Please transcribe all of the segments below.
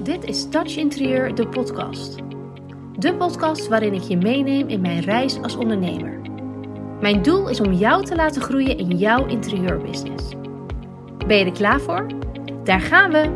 Dit is Touch Interieur, de podcast. De podcast waarin ik je meeneem in mijn reis als ondernemer. Mijn doel is om jou te laten groeien in jouw interieurbusiness. Ben je er klaar voor? Daar gaan we!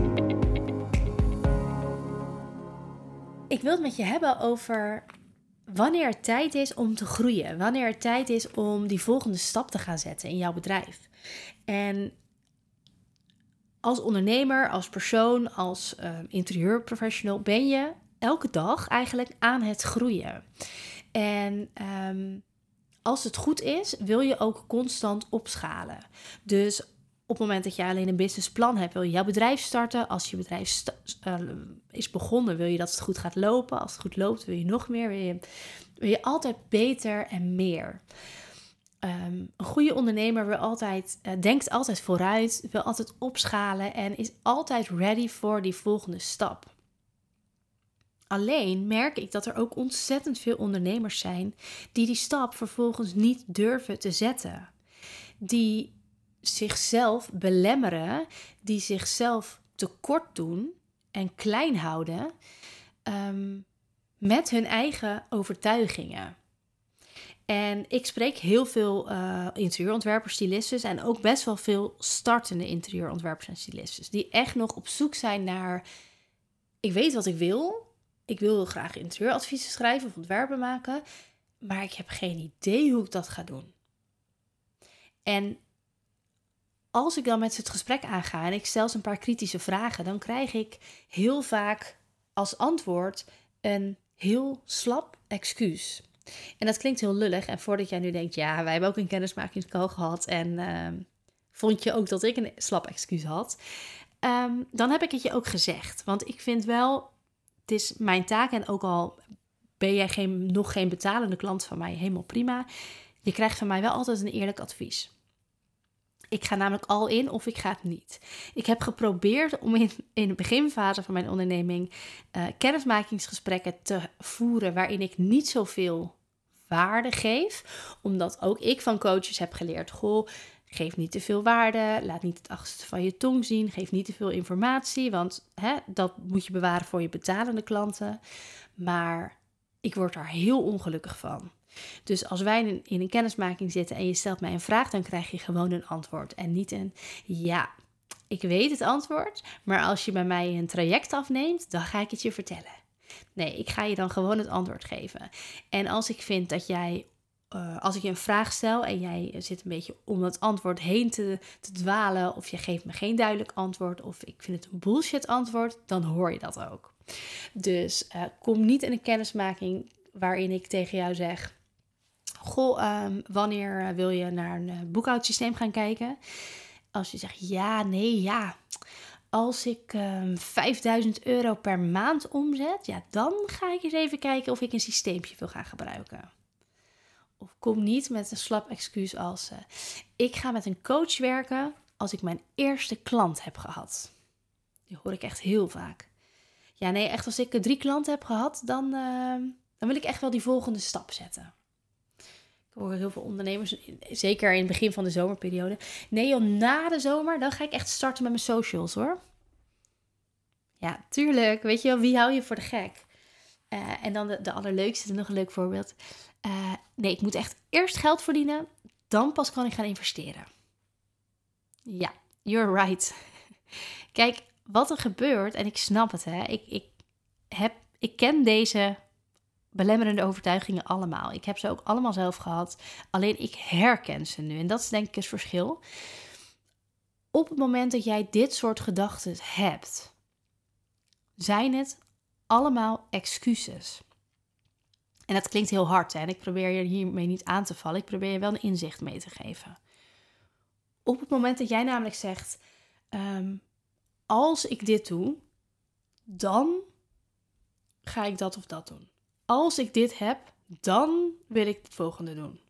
Ik wil het met je hebben over wanneer het tijd is om te groeien. Wanneer het tijd is om die volgende stap te gaan zetten in jouw bedrijf. En als ondernemer, als persoon, als interieurprofessional ben je elke dag eigenlijk aan het groeien. En als het goed is, wil je ook constant opschalen. Dus op het moment dat je alleen een businessplan hebt, wil je jouw bedrijf starten. Als je bedrijf is begonnen, wil je dat het goed gaat lopen. Als het goed loopt, wil je nog meer. Wil je altijd beter en meer. Een goede ondernemer denkt altijd vooruit, wil altijd opschalen en is altijd ready voor die volgende stap. Alleen merk ik dat er ook ontzettend veel ondernemers zijn die stap vervolgens niet durven te zetten. Die zichzelf belemmeren, die zichzelf tekort doen en klein houden met hun eigen overtuigingen. En ik spreek heel veel interieurontwerpers, stylistes en ook best wel veel startende interieurontwerpers en stylistes. Die echt nog op zoek zijn naar, ik weet wat ik wil. Ik wil graag interieuradviezen schrijven of ontwerpen maken. Maar ik heb geen idee hoe ik dat ga doen. En als ik dan met ze het gesprek aanga en ik stel ze een paar kritische vragen, dan krijg ik heel vaak als antwoord een heel slap excuus. En dat klinkt heel lullig. En voordat jij nu denkt, ja, wij hebben ook een kennismakingscall gehad en vond je ook dat ik een slap excuus had? Dan heb ik het je ook gezegd. Want ik vind wel, het is mijn taak en ook al ben jij nog geen betalende klant van mij, helemaal prima. Je krijgt van mij wel altijd een eerlijk advies. Ik ga namelijk al in of ik ga het niet. Ik heb geprobeerd om in de beginfase van mijn onderneming kennismakingsgesprekken te voeren waarin ik niet zoveel waarde geef. Omdat ook ik van coaches heb geleerd, geef niet te veel waarde, laat niet het achterste van je tong zien, geef niet te veel informatie, want dat moet je bewaren voor je betalende klanten. Maar ik word daar heel ongelukkig van. Dus als wij in een kennismaking zitten en je stelt mij een vraag, dan krijg je gewoon een antwoord. En niet een, ja, ik weet het antwoord, maar als je bij mij een traject afneemt, dan ga ik het je vertellen. Nee, ik ga je dan gewoon het antwoord geven. En als ik vind dat als ik je een vraag stel en jij zit een beetje om dat antwoord heen te dwalen, of je geeft me geen duidelijk antwoord, of ik vind het een bullshit antwoord, dan hoor je dat ook. Dus kom niet in een kennismaking waarin ik tegen jou zeg, wanneer wil je naar een boekhoudsysteem gaan kijken? Als je zegt ja, als ik 5.000 euro per maand omzet, ja, dan ga ik eens even kijken of ik een systeempje wil gaan gebruiken. Of kom niet met een slap excuus als, ik ga met een coach werken als ik mijn eerste klant heb gehad. Die hoor ik echt heel vaak. Ja, nee, echt als ik 3 klanten heb gehad, dan wil ik echt wel die volgende stap zetten. Ik hoor heel veel ondernemers, zeker in het begin van de zomerperiode. Nee joh, na de zomer, dan ga ik echt starten met mijn socials hoor. Ja, tuurlijk. Weet je wel, wie hou je voor de gek? En dan de allerleukste, nog een leuk voorbeeld. Nee, ik moet echt eerst geld verdienen, dan pas kan ik gaan investeren. Ja, you're right. Kijk, wat er gebeurt, en ik snap het, ik ken deze belemmerende overtuigingen allemaal. Ik heb ze ook allemaal zelf gehad. Alleen ik herken ze nu. En dat is denk ik het verschil. Op het moment dat jij dit soort gedachten hebt, zijn het allemaal excuses. En dat klinkt heel hard, hè? En ik probeer je hiermee niet aan te vallen. Ik probeer je wel een inzicht mee te geven. Op het moment dat jij namelijk zegt, als ik dit doe, dan ga ik dat of dat doen. Als ik dit heb, dan wil ik het volgende doen.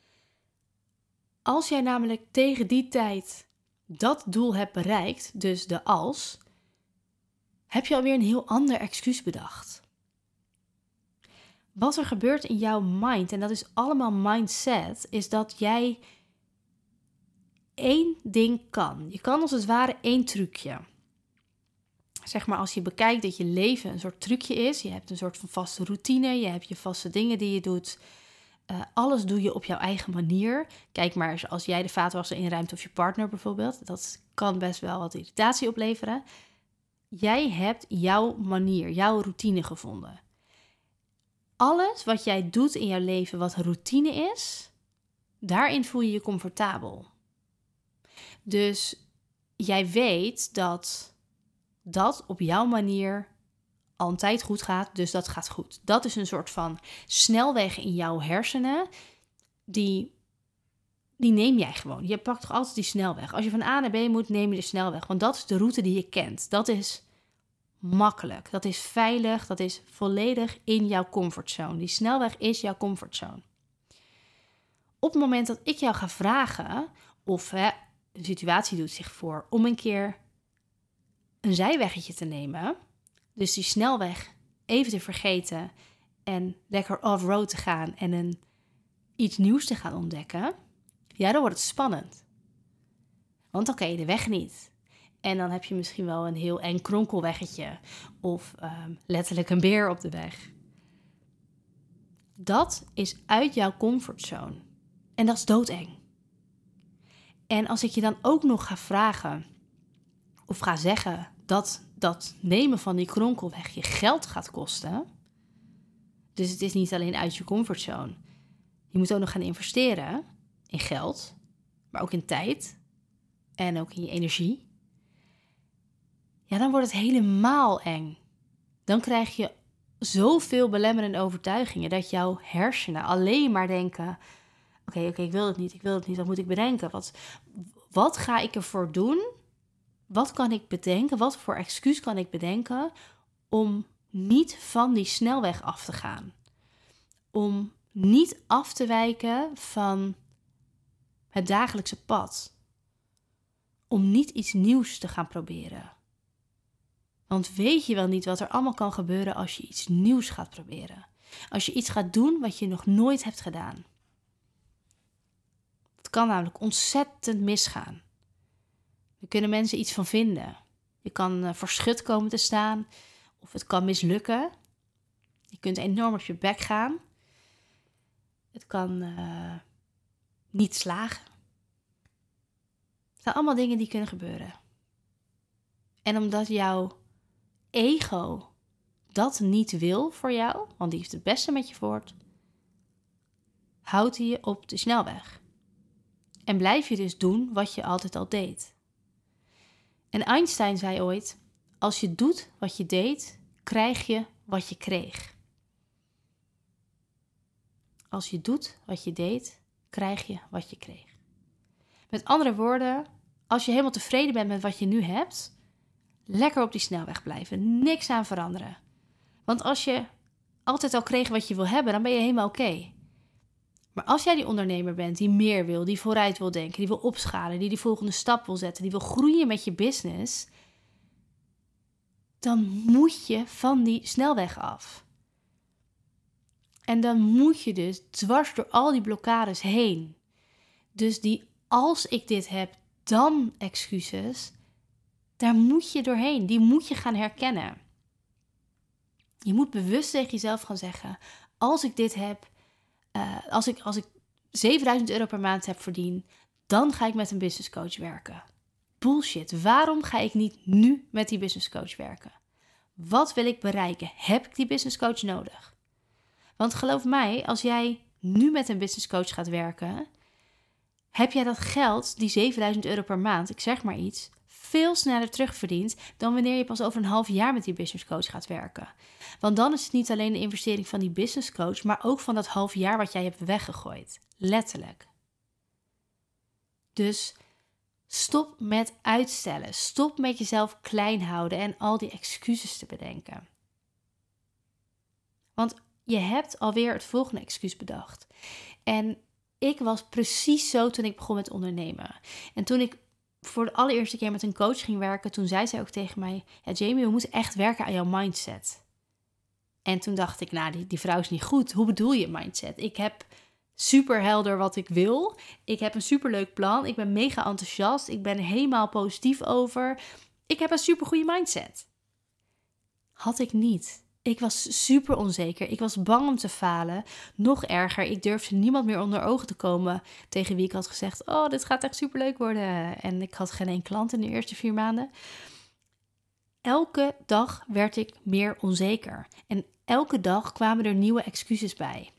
Als jij namelijk tegen die tijd dat doel hebt bereikt, dus de als, heb je alweer een heel ander excuus bedacht. Wat er gebeurt in jouw mind, en dat is allemaal mindset, is dat jij 1 ding kan. Je kan als het ware 1 trucje. zeg maar als je bekijkt dat je leven een soort trucje is. Je hebt een soort van vaste routine. Je hebt je vaste dingen die je doet. Alles doe je op jouw eigen manier. Kijk maar eens als jij de vaatwasser inruimt of je partner bijvoorbeeld. Dat kan best wel wat irritatie opleveren. Jij hebt jouw manier, jouw routine gevonden. Alles wat jij doet in jouw leven wat routine is, daarin voel je je comfortabel. Dus jij weet dat dat op jouw manier altijd goed gaat, dus dat gaat goed. Dat is een soort van snelweg in jouw hersenen, die neem jij gewoon. Je pakt toch altijd die snelweg. Als je van A naar B moet, neem je de snelweg, want dat is de route die je kent. Dat is makkelijk, dat is veilig, dat is volledig in jouw comfortzone. Die snelweg is jouw comfortzone. Op het moment dat ik jou ga vragen, of een situatie doet zich voor, om een keer een zijweggetje te nemen, dus die snelweg even te vergeten en lekker off-road te gaan en iets nieuws te gaan ontdekken, ja, dan wordt het spannend. Want dan ken je de weg niet. En dan heb je misschien wel een heel eng kronkelweggetje of letterlijk een beer op de weg. Dat is uit jouw comfortzone. En dat is doodeng. En als ik je dan ook nog ga vragen of ga zeggen dat nemen van die kronkelweg je geld gaat kosten. Dus het is niet alleen uit je comfortzone. Je moet ook nog gaan investeren in geld, maar ook in tijd en ook in je energie. Ja, dan wordt het helemaal eng. Dan krijg je zoveel belemmerende overtuigingen dat jouw hersenen alleen maar denken, Oké, ik wil het niet, wat moet ik bedenken? Wat ga ik ervoor doen? Wat kan ik bedenken? Wat voor excuus kan ik bedenken om niet van die snelweg af te gaan? Om niet af te wijken van het dagelijkse pad. Om niet iets nieuws te gaan proberen. Want weet je wel niet wat er allemaal kan gebeuren als je iets nieuws gaat proberen? Als je iets gaat doen wat je nog nooit hebt gedaan. Het kan namelijk ontzettend misgaan. Er kunnen mensen iets van vinden. Je kan verschut komen te staan of het kan mislukken. Je kunt enorm op je bek gaan. Het kan niet slagen. Het zijn allemaal dingen die kunnen gebeuren. En omdat jouw ego dat niet wil voor jou, want die heeft het beste met je voor, houdt hij je op de snelweg. En blijf je dus doen wat je altijd al deed. En Einstein zei ooit, als je doet wat je deed, krijg je wat je kreeg. Als je doet wat je deed, krijg je wat je kreeg. Met andere woorden, als je helemaal tevreden bent met wat je nu hebt, lekker op die snelweg blijven, niks aan veranderen. Want als je altijd al kreeg wat je wil hebben, dan ben je helemaal oké. Maar als jij die ondernemer bent die meer wil, die vooruit wil denken, die wil opschalen, die volgende stap wil zetten, die wil groeien met je business, dan moet je van die snelweg af. En dan moet je dus dwars door al die blokkades heen. Dus die als ik dit heb, dan excuses, daar moet je doorheen. Die moet je gaan herkennen. Je moet bewust tegen jezelf gaan zeggen, als ik dit heb, als ik 7.000 euro per maand heb verdiend, dan ga ik met een business coach werken. Bullshit. Waarom ga ik niet nu met die business coach werken? Wat wil ik bereiken? Heb ik die business coach nodig? Want geloof mij, als jij nu met een business coach gaat werken, heb jij dat geld, die 7.000 euro per maand, ik zeg maar iets, veel sneller terugverdiend dan wanneer je pas over een half jaar met die business coach gaat werken. Want dan is het niet alleen de investering van die business coach, maar ook van dat half jaar wat jij hebt weggegooid. Letterlijk. Dus stop met uitstellen. Stop met jezelf klein houden en al die excuses te bedenken. Want je hebt alweer het volgende excuus bedacht. En ik was precies zo toen ik begon met ondernemen. En toen ik voor de allereerste keer met een coach ging werken, toen zei zij ook tegen mij, ja Jamie, we moeten echt werken aan jouw mindset. En toen dacht ik, nou, die vrouw is niet goed. Hoe bedoel je mindset? Ik heb super helder wat ik wil. Ik heb een superleuk plan. Ik ben mega enthousiast. Ik ben helemaal positief over. Ik heb een super goede mindset. Had ik niet. Ik was super onzeker. Ik was bang om te falen. Nog erger, ik durfde niemand meer onder ogen te komen tegen wie ik had gezegd, oh, dit gaat echt superleuk worden. En ik had geen één klant in de eerste 4 maanden. Elke dag werd ik meer onzeker. En elke dag kwamen er nieuwe excuses bij.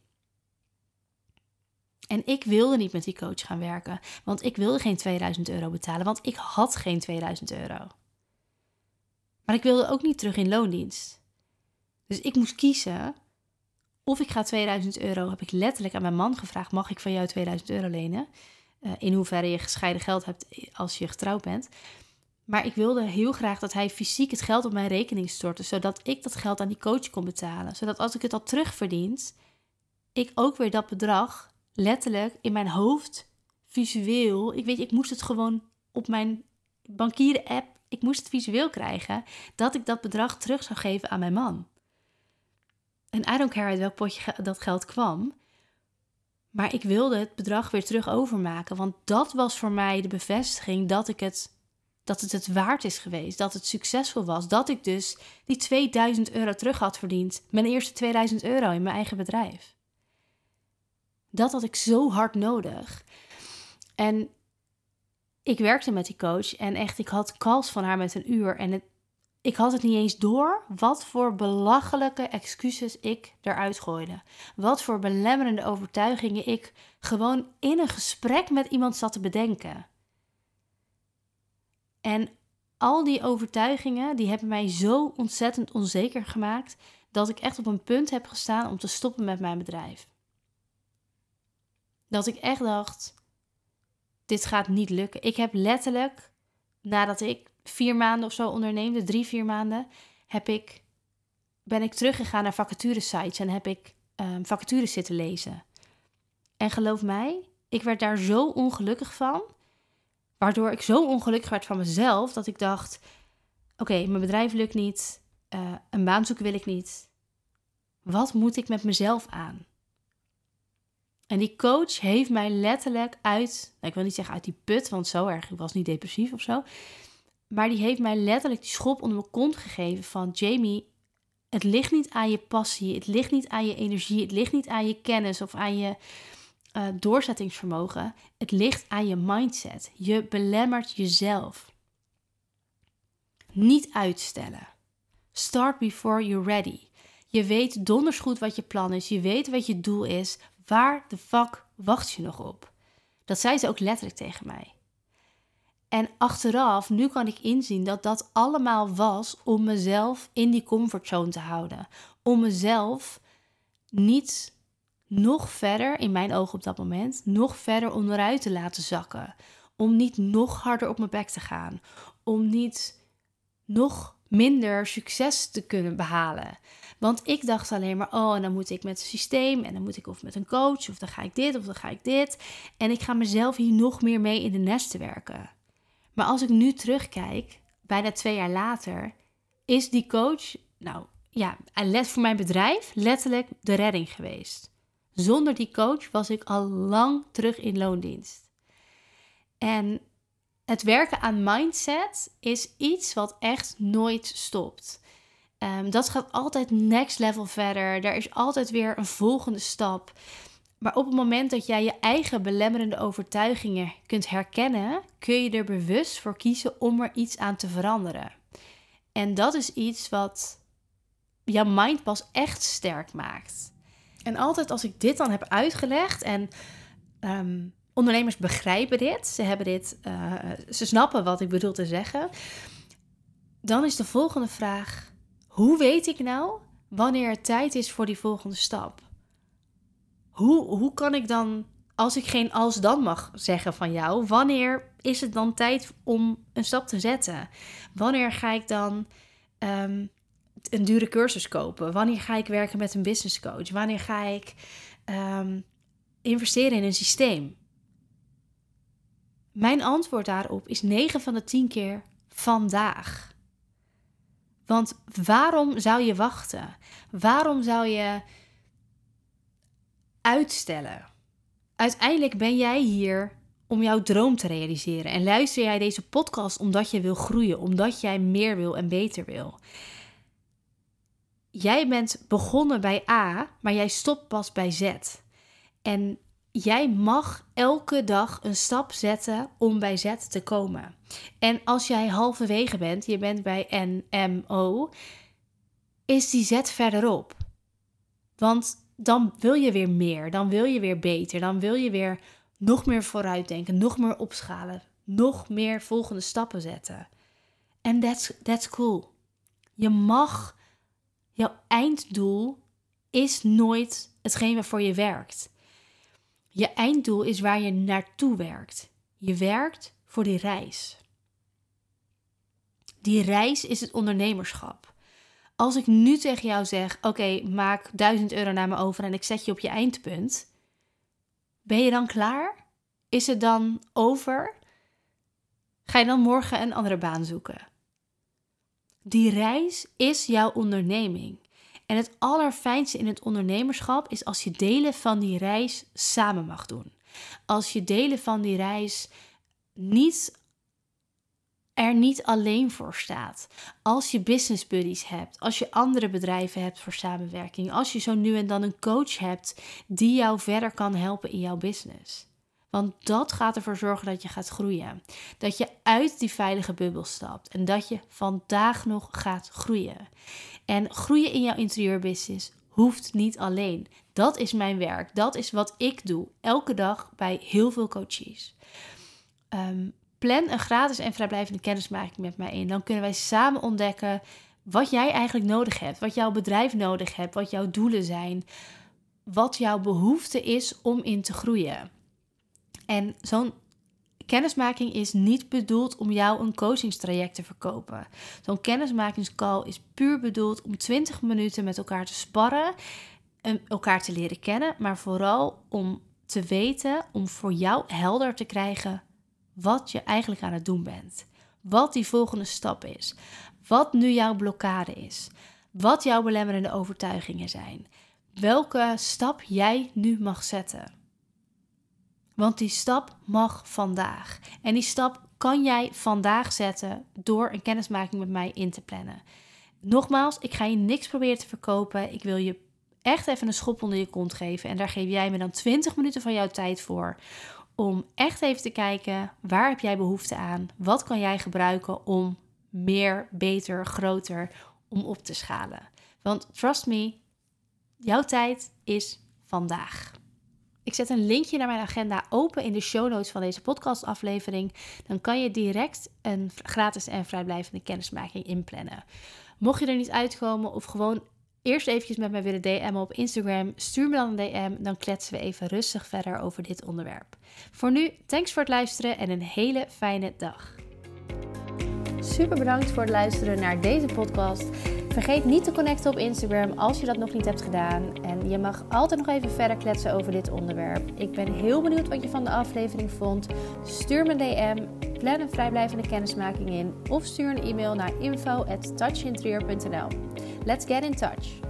En ik wilde niet met die coach gaan werken. Want ik wilde geen €2000 betalen. Want ik had geen €2000. Maar ik wilde ook niet terug in loondienst. Dus ik moest kiezen. Of ik ga €2000, heb ik letterlijk aan mijn man gevraagd, mag ik van jou €2000 lenen? In hoeverre je gescheiden geld hebt als je getrouwd bent. Maar ik wilde heel graag dat hij fysiek het geld op mijn rekening stortte, zodat ik dat geld aan die coach kon betalen. Zodat als ik het al terugverdiend, ik ook weer dat bedrag letterlijk in mijn hoofd visueel, ik moest het gewoon op mijn bankieren-app, ik moest het visueel krijgen, dat ik dat bedrag terug zou geven aan mijn man. En I don't care uit welk potje dat geld kwam. Maar ik wilde het bedrag weer terug overmaken. Want dat was voor mij de bevestiging dat het waard is geweest. Dat het succesvol was. Dat ik dus die €2000 terug had verdiend. Mijn eerste €2000 in mijn eigen bedrijf. Dat had ik zo hard nodig. En ik werkte met die coach. En echt, ik had calls van haar met 1 uur. En ik had het niet eens door wat voor belachelijke excuses ik eruit gooide. Wat voor belemmerende overtuigingen ik gewoon in een gesprek met iemand zat te bedenken. En al die overtuigingen, die hebben mij zo ontzettend onzeker gemaakt, dat ik echt op een punt heb gestaan om te stoppen met mijn bedrijf. Dat ik echt dacht, dit gaat niet lukken. Ik heb letterlijk, nadat ik 4 maanden of zo onderneemde, 3-4 maanden, ben ik teruggegaan naar vacaturesites en heb ik vacatures zitten lezen. En geloof mij, ik werd daar zo ongelukkig van, waardoor ik zo ongelukkig werd van mezelf, dat ik dacht, oké, mijn bedrijf lukt niet, een baan zoeken wil ik niet. Wat moet ik met mezelf aan? En die coach heeft mij letterlijk ik wil niet zeggen uit die put, want zo erg, ik was niet depressief of zo. Maar die heeft mij letterlijk die schop onder mijn kont gegeven van, Jamie, het ligt niet aan je passie, het ligt niet aan je energie, het ligt niet aan je kennis of aan je doorzettingsvermogen. Het ligt aan je mindset. Je belemmert jezelf. Niet uitstellen. Start before you're ready. Je weet donders goed wat je plan is, je weet wat je doel is. Waar de fuck wacht je nog op? Dat zei ze ook letterlijk tegen mij. En achteraf, nu kan ik inzien dat dat allemaal was om mezelf in die comfortzone te houden. Om mezelf niet nog verder, in mijn ogen op dat moment, nog verder onderuit te laten zakken. Om niet nog harder op mijn bek te gaan. Om niet nog minder succes te kunnen behalen. Want ik dacht alleen maar, en dan moet ik met een systeem en dan moet ik of met een coach of dan ga ik dit of dan ga ik dit. En ik ga mezelf hier nog meer mee in de nesten werken. Maar als ik nu terugkijk, bijna 2 jaar later, is die coach, voor mijn bedrijf letterlijk de redding geweest. Zonder die coach was ik al lang terug in loondienst. En het werken aan mindset is iets wat echt nooit stopt. Dat gaat altijd next level verder. Er is altijd weer een volgende stap. Maar op het moment dat jij je eigen belemmerende overtuigingen kunt herkennen, kun je er bewust voor kiezen om er iets aan te veranderen. En dat is iets wat jouw mind pas echt sterk maakt. En altijd als ik dit dan heb uitgelegd en ondernemers begrijpen dit, ze snappen wat ik bedoel te zeggen, dan is de volgende vraag, hoe weet ik nou wanneer het tijd is voor die volgende stap? Hoe kan ik dan, als ik geen als dan mag zeggen van jou, wanneer is het dan tijd om een stap te zetten? Wanneer ga ik dan een dure cursus kopen? Wanneer ga ik werken met een business coach? Wanneer ga ik investeren in een systeem? Mijn antwoord daarop is 9 van de 10 keer vandaag. Want waarom zou je wachten? Waarom zou je uitstellen? Uiteindelijk ben jij hier om jouw droom te realiseren. En luister jij deze podcast omdat je wil groeien, omdat jij meer wil en beter wil. jij bent begonnen bij A, maar jij stopt pas bij Z. En jij mag elke dag een stap zetten om bij Z te komen. En als jij halverwege bent, je bent bij N, M, O, is die Z verderop. Want dan wil je weer meer, dan wil je weer beter, dan wil je weer nog meer vooruitdenken, nog meer opschalen, nog meer volgende stappen zetten. En that's cool. Jouw einddoel is nooit hetgeen waarvoor je werkt. Je einddoel is waar je naartoe werkt. Je werkt voor die reis. Die reis is het ondernemerschap. Als ik nu tegen jou zeg, oké, maak €1000 naar me over en ik zet je op je eindpunt. Ben je dan klaar? Is het dan over? Ga je dan morgen een andere baan zoeken? Die reis is jouw onderneming. En het allerfijnste in het ondernemerschap is als je delen van die reis samen mag doen. Als je delen van die reis niet alleen voor staat. Als je business buddies hebt, als je andere bedrijven hebt voor samenwerking, als je zo nu en dan een coach hebt die jou verder kan helpen in jouw business. Want dat gaat ervoor zorgen dat je gaat groeien. Dat je uit die veilige bubbel stapt en dat je vandaag nog gaat groeien. En groeien in jouw interieurbusiness hoeft niet alleen. Dat is mijn werk. Dat is wat ik doe elke dag bij heel veel coaches. Plan een gratis en vrijblijvende kennismaking met mij in. Dan kunnen wij samen ontdekken wat jij eigenlijk nodig hebt. Wat jouw bedrijf nodig hebt. Wat jouw doelen zijn. Wat jouw behoefte is om in te groeien. En zo'n kennismaking is niet bedoeld om jou een coachingstraject te verkopen. Zo'n kennismakingscall is puur bedoeld om 20 minuten met elkaar te sparren. En elkaar te leren kennen. Maar vooral om te weten, om voor jou helder te krijgen wat je eigenlijk aan het doen bent. Wat die volgende stap is. Wat nu jouw blokkade is. Wat jouw belemmerende overtuigingen zijn. Welke stap jij nu mag zetten. Want die stap mag vandaag. En die stap kan jij vandaag zetten door een kennismaking met mij in te plannen. Nogmaals, ik ga je niks proberen te verkopen. Ik wil je echt even een schop onder je kont geven. En daar geef jij me dan 20 minuten van jouw tijd voor. Om echt even te kijken, waar heb jij behoefte aan? Wat kan jij gebruiken om meer, beter, groter, om op te schalen? Want trust me, jouw tijd is vandaag. Ik zet een linkje naar mijn agenda open in de show notes van deze podcastaflevering. Dan kan je direct een gratis en vrijblijvende kennismaking inplannen. Mocht je er niet uitkomen of gewoon eerst eventjes met mij willen DM'en op Instagram, stuur me dan een DM. Dan kletsen we even rustig verder over dit onderwerp. Voor nu, thanks voor het luisteren en een hele fijne dag. Super bedankt voor het luisteren naar deze podcast. Vergeet niet te connecten op Instagram als je dat nog niet hebt gedaan. En je mag altijd nog even verder kletsen over dit onderwerp. Ik ben heel benieuwd wat je van de aflevering vond. Stuur me een DM, plan een vrijblijvende kennismaking in of stuur een e-mail naar info@touchinterieur.nl. Let's get in touch.